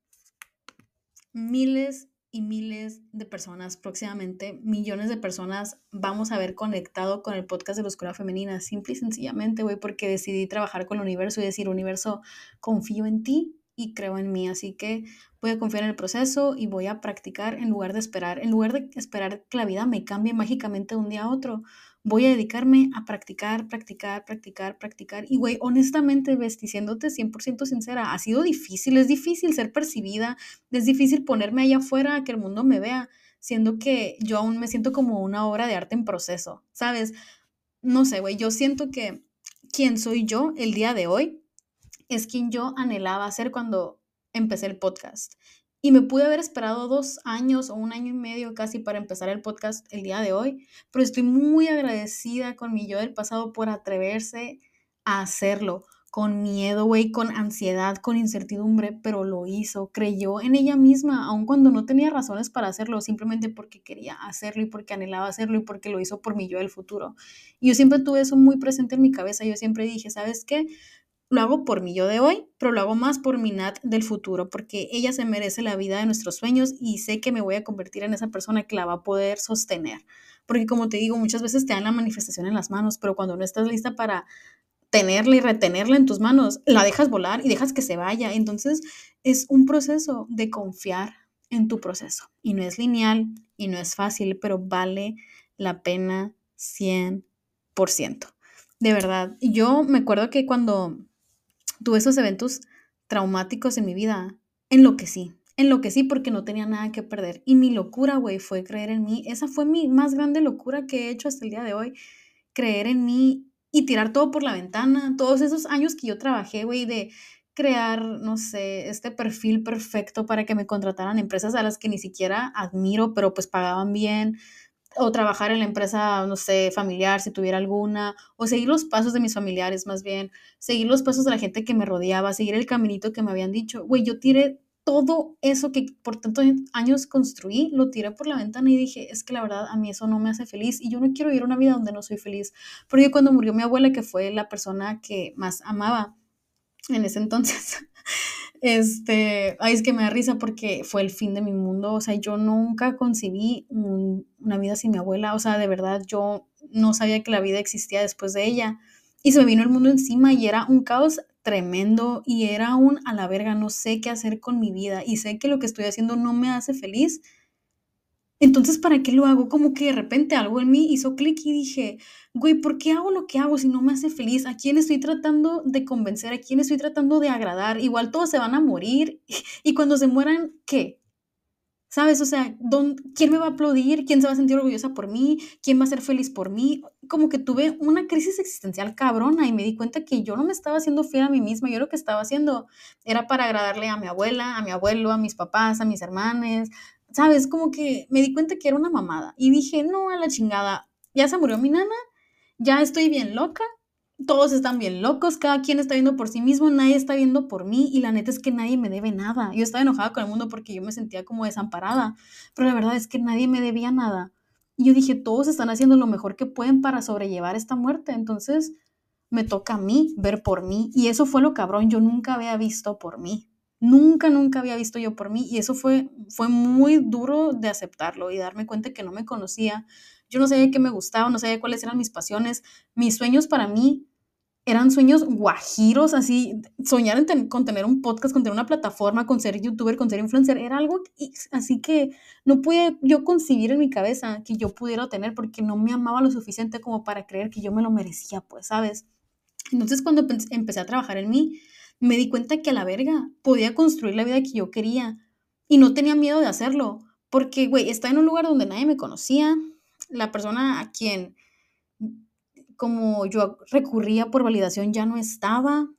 miles y miles de personas, próximamente millones de personas, vamos a haber conectado con el podcast de la Oscura Femenina, simple y sencillamente, güey, porque decidí trabajar con el universo y decir, universo, confío en ti y creo en mí, así que voy a confiar en el proceso y voy a practicar en lugar de esperar, en lugar de esperar que la vida me cambie mágicamente de un día a otro. Voy a dedicarme a practicar, practicar, practicar, practicar. Y, güey, honestamente, ves, diciéndote cien por ciento sincera, ha sido difícil, es difícil ser percibida, es difícil ponerme allá afuera a que el mundo me vea, siendo que yo aún me siento como una obra de arte en proceso, ¿sabes? No sé, güey, yo siento que quien soy yo el día de hoy es quien yo anhelaba ser cuando empecé el podcast. Y me pude haber esperado dos años o un año y medio casi para empezar el podcast el día de hoy, pero estoy muy agradecida con mi yo del pasado por atreverse a hacerlo, con miedo, güey, con ansiedad, con incertidumbre, pero lo hizo, creyó en ella misma, aun cuando no tenía razones para hacerlo, simplemente porque quería hacerlo y porque anhelaba hacerlo y porque lo hizo por mi yo del futuro. Y yo siempre tuve eso muy presente en mi cabeza, yo siempre dije, ¿sabes qué? Lo hago por mi yo de hoy, pero lo hago más por mi Nat del futuro, porque ella se merece la vida de nuestros sueños y sé que me voy a convertir en esa persona que la va a poder sostener. Porque como te digo, muchas veces te dan la manifestación en las manos, pero cuando no estás lista para tenerla y retenerla en tus manos, la dejas volar y dejas que se vaya. Entonces es un proceso de confiar en tu proceso. Y no es lineal y no es fácil, pero vale la pena cien por ciento. De verdad, yo me acuerdo que cuando tuve esos eventos traumáticos en mi vida, enloquecí. Enloquecí porque no tenía nada que perder. Y mi locura, güey, fue creer en mí. Esa fue mi más grande locura que he hecho hasta el día de hoy. Creer en mí y tirar todo por la ventana. Todos esos años que yo trabajé, güey, de crear, no sé, este perfil perfecto para que me contrataran empresas a las que ni siquiera admiro, pero pues pagaban bien, o trabajar en la empresa, no sé, familiar, si tuviera alguna, o seguir los pasos de mis familiares más bien, seguir los pasos de la gente que me rodeaba, seguir el caminito que me habían dicho. Güey, yo tiré todo eso que por tantos años construí, lo tiré por la ventana y dije, es que la verdad a mí eso no me hace feliz y yo no quiero vivir una vida donde no soy feliz. Porque cuando murió mi abuela, que fue la persona que más amaba en ese entonces, este, ay, es que me da risa porque fue el fin de mi mundo, o sea, yo nunca concebí un- una vida sin mi abuela, o sea, de verdad, yo no sabía que la vida existía después de ella, y se me vino el mundo encima y era un caos tremendo y era un a la verga, no sé qué hacer con mi vida y sé que lo que estoy haciendo no me hace feliz, entonces, ¿para qué lo hago? Como que de repente algo en mí hizo clic y dije, güey, ¿por qué hago lo que hago si no me hace feliz? ¿A quién estoy tratando de convencer? ¿A quién estoy tratando de agradar? Igual todos se van a morir y cuando se mueran, ¿qué? ¿Sabes? O sea, ¿dón- ¿quién me va a aplaudir? ¿Quién se va a sentir orgullosa por mí? ¿Quién va a ser feliz por mí? Como que tuve una crisis existencial cabrona y me di cuenta que yo no me estaba haciendo fiel a mí misma. Yo lo que estaba haciendo era para agradarle a mi abuela, a mi abuelo, a mis papás, a mis hermanos. ¿Sabes? Como que me di cuenta que era una mamada. Y dije, no, a la chingada. Ya se murió mi nana, ya estoy bien loca, todos están bien locos, cada quien está viendo por sí mismo, nadie está viendo por mí y la neta es que nadie me debe nada. Yo estaba enojada con el mundo porque yo me sentía como desamparada, pero la verdad es que nadie me debía nada. Y yo dije, todos están haciendo lo mejor que pueden para sobrellevar esta muerte, entonces me toca a mí ver por mí y eso fue lo cabrón, yo nunca había visto por mí. Nunca, nunca había visto yo por mí y eso fue, fue muy duro de aceptarlo y darme cuenta que no me conocía. Yo no sabía qué me gustaba, no sabía cuáles eran mis pasiones. Mis sueños para mí eran sueños guajiros, así, soñar en ten- con tener un podcast, con tener una plataforma, con ser youtuber, con ser influencer, era algo y- así que no pude yo concebir en mi cabeza que yo pudiera tener porque no me amaba lo suficiente como para creer que yo me lo merecía, pues, ¿sabes? Entonces, cuando empe- empecé a trabajar en mí, me di cuenta que a la verga podía construir la vida que yo quería y no tenía miedo de hacerlo, porque, güey, estaba en un lugar donde nadie me conocía, la persona a quien como yo recurría por validación ya no estaba.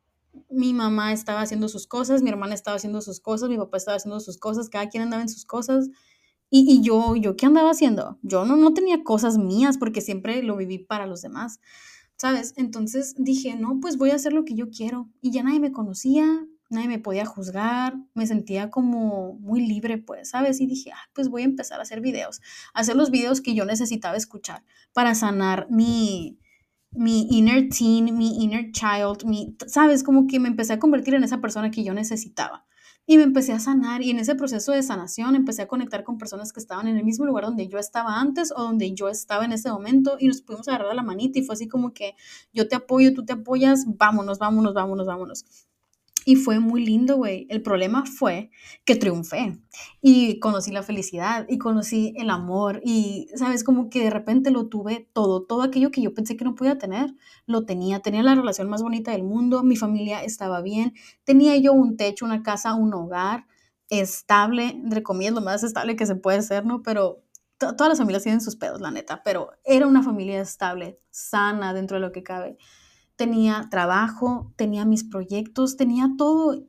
Mi mamá estaba haciendo sus cosas, mi hermana estaba haciendo sus cosas, mi papá estaba haciendo sus cosas, cada quien andaba en sus cosas. Y, y yo, ¿yo qué andaba haciendo? Yo no, no tenía cosas mías porque siempre lo viví para los demás, ¿sabes? Entonces dije, no, pues voy a hacer lo que yo quiero. Y ya nadie me conocía, nadie me podía juzgar, me sentía como muy libre, pues, ¿sabes? Y dije, ah, pues voy a empezar a hacer videos, a hacer los videos que yo necesitaba escuchar para sanar mi, mi inner teen, mi inner child, mi, ¿sabes? Como que me empecé a convertir en esa persona que yo necesitaba. Y me empecé a sanar y en ese proceso de sanación empecé a conectar con personas que estaban en el mismo lugar donde yo estaba antes o donde yo estaba en ese momento y nos pudimos agarrar de la manita y fue así como que yo te apoyo, tú te apoyas, vámonos, vámonos, vámonos, vámonos. Y fue muy lindo, güey. El problema fue que triunfé y conocí la felicidad y conocí el amor y, ¿sabes? Como que de repente lo tuve todo, todo aquello que yo pensé que no podía tener, lo tenía. Tenía la relación más bonita del mundo, mi familia estaba bien, tenía yo un techo, una casa, un hogar estable, entre comillas, lo más estable que se puede ser, ¿no? Pero to- todas las familias tienen sus pedos, la neta, pero era una familia estable, sana dentro de lo que cabe. Tenía trabajo, tenía mis proyectos, tenía todo.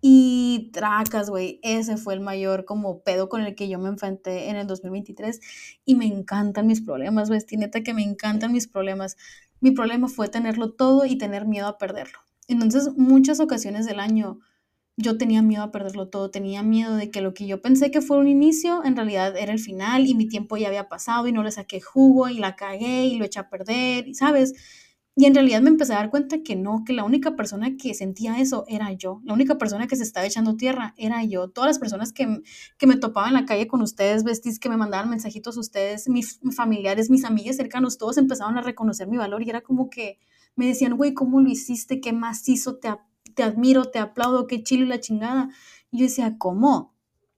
Y tracas, güey, ese fue el mayor como pedo con el que yo me enfrenté en el dos mil veintitrés. Y me encantan mis problemas, güey, neta que me encantan mis problemas. Mi problema fue tenerlo todo y tener miedo a perderlo. Entonces, muchas ocasiones del año yo tenía miedo a perderlo todo, tenía miedo de que lo que yo pensé que fue un inicio, en realidad era el final y mi tiempo ya había pasado y no le saqué jugo y la cagué y lo eché a perder, y ¿sabes? Y en realidad me empecé a dar cuenta que no, que la única persona que sentía eso era yo, la única persona que se estaba echando tierra era yo. Todas las personas que, m- que me topaban en la calle con ustedes, vestis, que me mandaban mensajitos a ustedes, mis, mis familiares, mis amigas cercanos, todos empezaban a reconocer mi valor y era como que me decían, güey, ¿cómo lo hiciste? ¿Qué macizo? Te, ap- te admiro, te aplaudo, qué chilo y la chingada. Y yo decía, ¿cómo?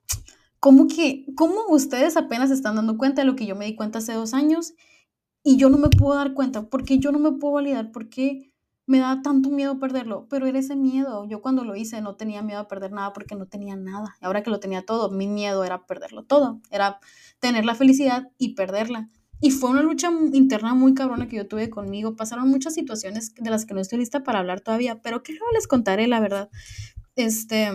¿Cómo que, cómo ustedes apenas se están dando cuenta de lo que yo me di cuenta hace dos años y yo no me puedo dar cuenta? Porque yo no me puedo validar, porque me da tanto miedo perderlo, pero era ese miedo. Yo cuando lo hice no tenía miedo a perder nada porque no tenía nada. Y ahora que lo tenía todo, mi miedo era perderlo todo, era tener la felicidad y perderla. Y fue una lucha interna muy cabrona que yo tuve conmigo. Pasaron muchas situaciones de las que no estoy lista para hablar todavía, pero que luego les contaré la verdad. Este,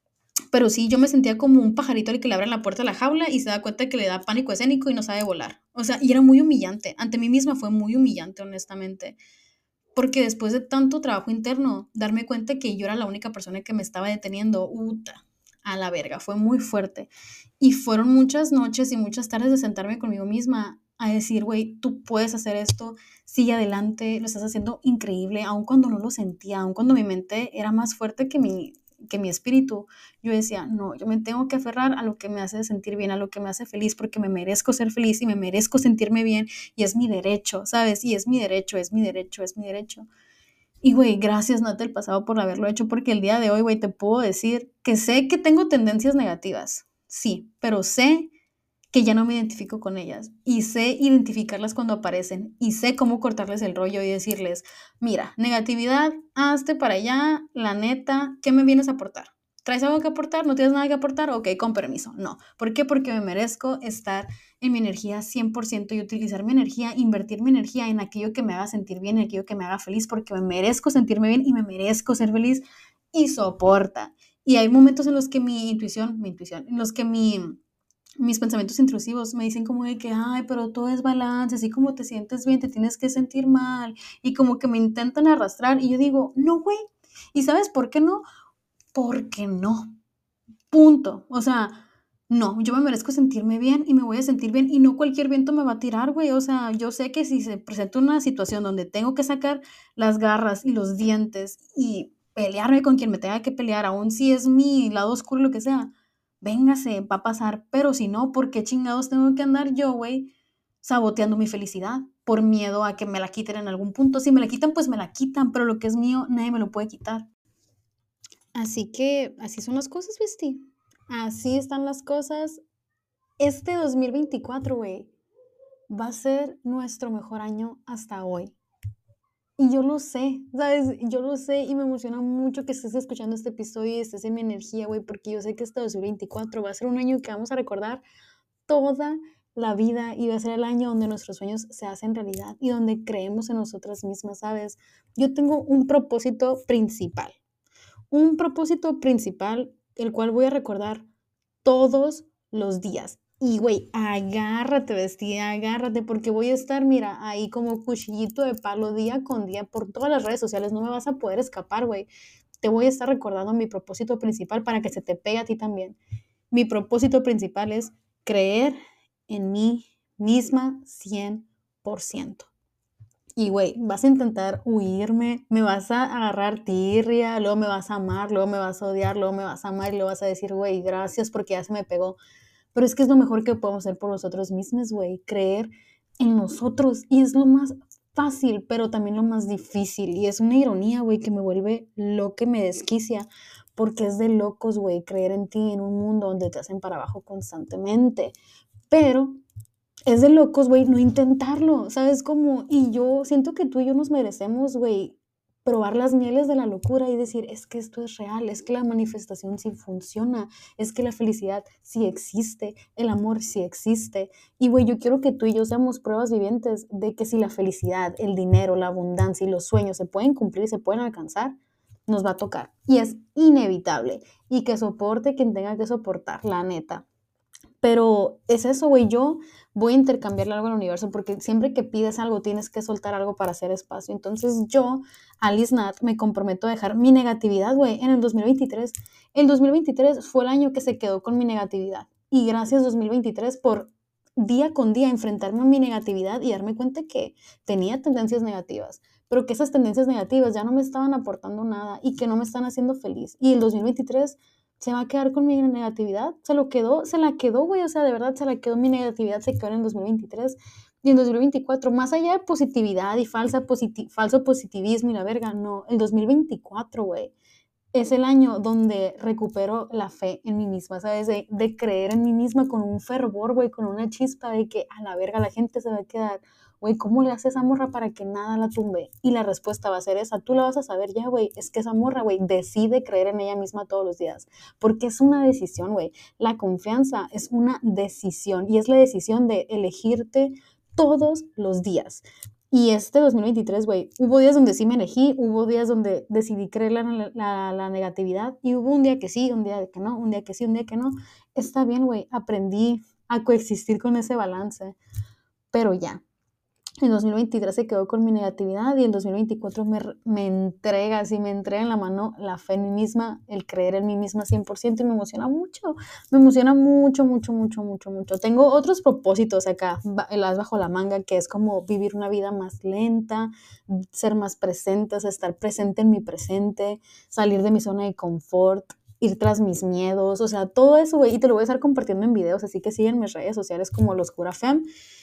pero sí, yo me sentía como un pajarito al que le abren la puerta de la jaula y se da cuenta que le da pánico escénico y no sabe volar. O sea, y era muy humillante. Ante mí misma fue muy humillante, honestamente. Porque después de tanto trabajo interno, darme cuenta que yo era la única persona que me estaba deteniendo, uta, a la verga, fue muy fuerte. Y fueron muchas noches y muchas tardes de sentarme conmigo misma a decir, güey, tú puedes hacer esto, sigue adelante, lo estás haciendo increíble, aun cuando no lo sentía, aun cuando mi mente era más fuerte que mi, que mi espíritu. Yo decía, no, yo me tengo que aferrar a lo que me hace sentir bien, a lo que me hace feliz, porque me merezco ser feliz y me merezco sentirme bien y es mi derecho, ¿sabes? Y es mi derecho, es mi derecho, es mi derecho. Y, güey, gracias, Nat, del pasado por haberlo hecho, porque el día de hoy, güey, te puedo decir que sé que tengo tendencias negativas, sí, pero sé que ya no me identifico con ellas y sé identificarlas cuando aparecen y sé cómo cortarles el rollo y decirles, mira, negatividad, hazte para allá, la neta, ¿qué me vienes a aportar? ¿Traes algo que aportar? ¿No tienes nada que aportar? Ok, con permiso. No. ¿Por qué? Porque me merezco estar en mi energía cien por ciento y utilizar mi energía, invertir mi energía en aquello que me haga sentir bien, en aquello que me haga feliz, porque me merezco sentirme bien y me merezco ser feliz y soporta. Y hay momentos en los que mi intuición, mi intuición, en los que mi, mis pensamientos intrusivos me dicen como de que, ay, pero todo es balance, así como te sientes bien, te tienes que sentir mal, y como que me intentan arrastrar, y yo digo, no, güey, ¿y sabes por qué no? Porque no, punto, o sea, no, yo me merezco sentirme bien y me voy a sentir bien y no cualquier viento me va a tirar, güey, o sea, yo sé que si se presenta una situación donde tengo que sacar las garras y los dientes y pelearme con quien me tenga que pelear, aun si es mi lado oscuro, lo que sea, véngase, va a pasar, pero si no, ¿por qué chingados tengo que andar yo, güey, saboteando mi felicidad por miedo a que me la quiten en algún punto? Si me la quitan, pues me la quitan, pero lo que es mío, nadie me lo puede quitar. Así que así son las cosas, Besti. Así están las cosas. Este dos mil veinticuatro, güey, va a ser nuestro mejor año hasta hoy. Y yo lo sé, ¿sabes? Yo lo sé y me emociona mucho que estés escuchando este episodio y estés en mi energía, güey, porque yo sé que este dos mil veinticuatro va a ser un año que vamos a recordar toda la vida y va a ser el año donde nuestros sueños se hacen realidad y donde creemos en nosotras mismas, ¿sabes? Yo tengo un propósito principal, un propósito principal, el cual voy a recordar todos los días. Y, güey, agárrate, bestia, agárrate, porque voy a estar, mira, ahí como cuchillito de palo día con día por todas las redes sociales. No me vas a poder escapar, güey. Te voy a estar recordando mi propósito principal para que se te pegue a ti también. Mi propósito principal es creer en mí misma cien por ciento. Y, güey, vas a intentar huirme, me vas a agarrar tirria, luego me vas a amar, luego me vas a odiar, luego me vas a amar y luego vas a decir, güey, gracias porque ya se me pegó. Pero es que es lo mejor que podemos hacer por nosotros mismos, güey, creer en nosotros. Y es lo más fácil, pero también lo más difícil. Y es una ironía, güey, que me vuelve loca, me desquicia, porque es de locos, güey, creer en ti en un mundo donde te hacen para abajo constantemente. Pero es de locos, güey, no intentarlo, ¿sabes cómo? Y yo siento que tú y yo nos merecemos, güey, probar las mieles de la locura y decir, es que esto es real, es que la manifestación sí funciona, es que la felicidad sí existe, el amor sí existe. Y, güey, yo quiero que tú y yo seamos pruebas vivientes de que si la felicidad, el dinero, la abundancia y los sueños se pueden cumplir y se pueden alcanzar, nos va a tocar. Y es inevitable. Y que soporte quien tenga que soportar, la neta. Pero es eso, güey, yo voy a intercambiarle algo al universo porque siempre que pides algo tienes que soltar algo para hacer espacio. Entonces yo, Alice Nat, me comprometo a dejar mi negatividad, güey, en el dos mil veintitrés. El dos mil veintitrés fue el año que se quedó con mi negatividad. Y gracias dos mil veintitrés por día con día enfrentarme a mi negatividad y darme cuenta que tenía tendencias negativas, pero que esas tendencias negativas ya no me estaban aportando nada y que no me están haciendo feliz. Y el dos mil veintitrés se va a quedar con mi negatividad, se lo quedó, se la quedó, güey, o sea, de verdad se la quedó mi negatividad, se quedó en dos mil veintitrés y en dos mil veinticuatro, más allá de positividad y falsa positi- falso positivismo y la verga, no, el dos mil veinticuatro, güey, es el año donde recupero la fe en mí misma, ¿sabes? De, de creer en mí misma con un fervor, güey, con una chispa de que a la verga la gente se va a quedar, güey, ¿cómo le hace esa morra para que nada la tumbe? Y la respuesta va a ser esa, tú la vas a saber ya, güey, es que esa morra, güey, decide creer en ella misma todos los días, porque es una decisión, güey, la confianza es una decisión y es la decisión de elegirte todos los días. Y este dos mil veintitrés, güey, hubo días donde sí me elegí, hubo días donde decidí creer la, la, la negatividad y hubo un día que sí, un día que no, un día que sí, un día que no. Está bien, güey, aprendí a coexistir con ese balance, pero ya. En dos mil veintitrés se quedó con mi negatividad y en dos mil veinticuatro me, me entrega, así me entrega en la mano la fe en mí misma, el creer en mí misma cien por ciento y me emociona mucho, me emociona mucho, mucho, mucho, mucho, mucho. Tengo otros propósitos acá, las bajo la manga, que es como vivir una vida más lenta, ser más presente, o sea, estar presente en mi presente, salir de mi zona de confort, ir tras mis miedos, o sea, todo eso, güey, y te lo voy a estar compartiendo en videos, así que siguen mis redes sociales como Los Cura Fem.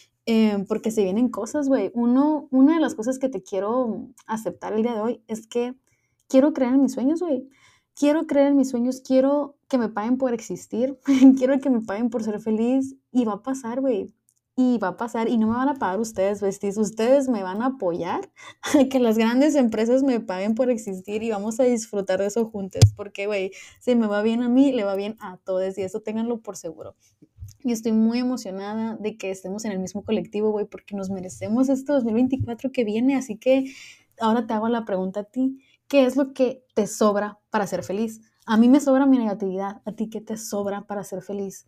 Eh, porque se vienen cosas, güey. Uno, una de las cosas que te quiero aceptar el día de hoy es que quiero creer en mis sueños, güey. Quiero creer en mis sueños, quiero que me paguen por existir, quiero que me paguen por ser feliz y va a pasar, güey. Y va a pasar y no me van a pagar ustedes, besties. Ustedes me van a apoyar a que las grandes empresas me paguen por existir y vamos a disfrutar de eso juntos. Porque, güey, si me va bien a mí, le va bien a todos y eso ténganlo por seguro. Y estoy muy emocionada de que estemos en el mismo colectivo, güey, porque nos merecemos este dos mil veinticuatro que viene. Así que ahora te hago la pregunta a ti. ¿Qué es lo que te sobra para ser feliz? A mí me sobra mi negatividad. ¿A ti qué te sobra para ser feliz?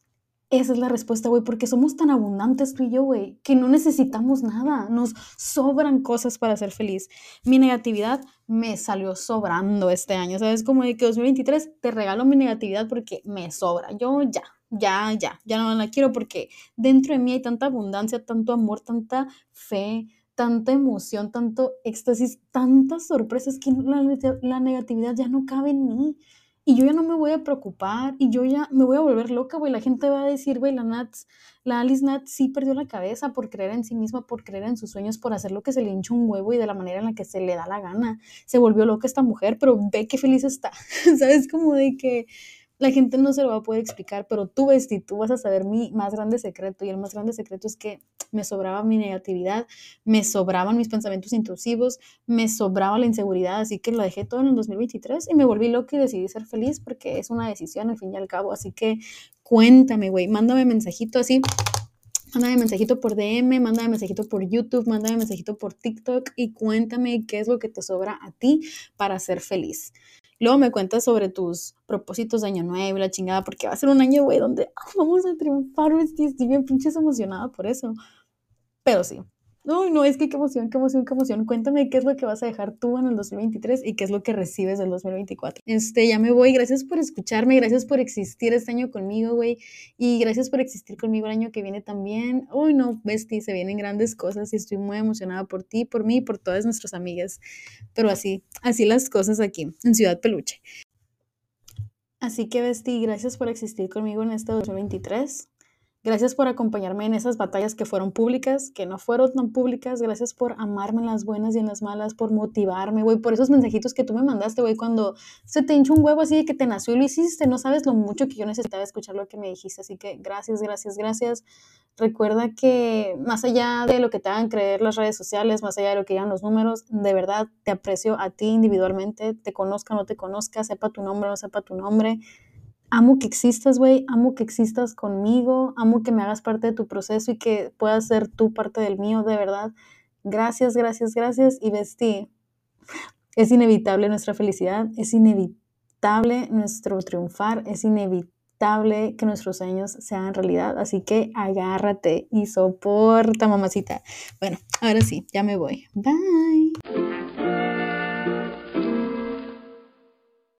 Esa es la respuesta, güey, porque somos tan abundantes tú y yo, güey, que no necesitamos nada. Nos sobran cosas para ser feliz. Mi negatividad me salió sobrando este año, ¿sabes? Como de que dos mil veintitrés te regalo mi negatividad porque me sobra. Yo ya, ya, ya, ya no la quiero porque dentro de mí hay tanta abundancia, tanto amor, tanta fe, tanta emoción, tanto éxtasis, tantas sorpresas que la, la negatividad ya no cabe en mí. Y yo ya no me voy a preocupar y yo ya me voy a volver loca, güey. La gente va a decir, güey, la Nats, la Alice Nats sí perdió la cabeza por creer en sí misma, por creer en sus sueños, por hacer lo que se le hincha un huevo y de la manera en la que se le da la gana. Se volvió loca esta mujer, pero ve qué feliz está. ¿Sabes? Como de que la gente no se lo va a poder explicar, pero tú, Besti, tú vas a saber mi más grande secreto. Y el más grande secreto es que me sobraba mi negatividad, me sobraban mis pensamientos intrusivos, me sobraba la inseguridad, así que lo dejé todo en el dos mil veintitrés y me volví loca y decidí ser feliz porque es una decisión al fin y al cabo. Así que cuéntame, güey, mándame mensajito así Mándame mensajito por D M, mándame mensajito por YouTube, mándame mensajito por TikTok y cuéntame qué es lo que te sobra a ti para ser feliz. Luego me cuentas sobre tus propósitos de año nuevo y la chingada, porque va a ser un año, güey, donde ah, vamos a triunfar, güey, estoy, estoy bien pinches emocionada por eso. Pero sí. Uy, no, es que qué emoción, qué emoción, qué emoción. Cuéntame qué es lo que vas a dejar tú en el dos mil veintitrés y qué es lo que recibes del dos mil veinticuatro. Este, ya me voy. Gracias por escucharme, gracias por existir este año conmigo, güey. Y gracias por existir conmigo el año que viene también. Uy, no, bestie, se vienen grandes cosas y estoy muy emocionada por ti, por mí y por todas nuestras amigas. Pero así, así las cosas aquí, en Ciudad Peluche. Así que, bestie, gracias por existir conmigo en este dos mil veintitrés. Gracias por acompañarme en esas batallas que fueron públicas, que no fueron tan públicas. Gracias por amarme en las buenas y en las malas, por motivarme, güey, por esos mensajitos que tú me mandaste, güey, cuando se te hinchó un huevo así de que te nació y lo hiciste. No sabes lo mucho que yo necesitaba escuchar lo que me dijiste. Así que gracias, gracias, gracias. Recuerda que más allá de lo que te hagan creer las redes sociales, más allá de lo que digan los números, de verdad te aprecio a ti individualmente, te conozca o no te conozca, sepa tu nombre o no sepa tu nombre. Amo que existas, güey, amo que existas conmigo, amo que me hagas parte de tu proceso y que puedas ser tú parte del mío, de verdad. Gracias, gracias, gracias. Y Besti, es inevitable nuestra felicidad, es inevitable nuestro triunfar, es inevitable que nuestros sueños sean realidad. Así que agárrate y soporta, mamacita. Bueno, ahora sí, ya me voy. Bye.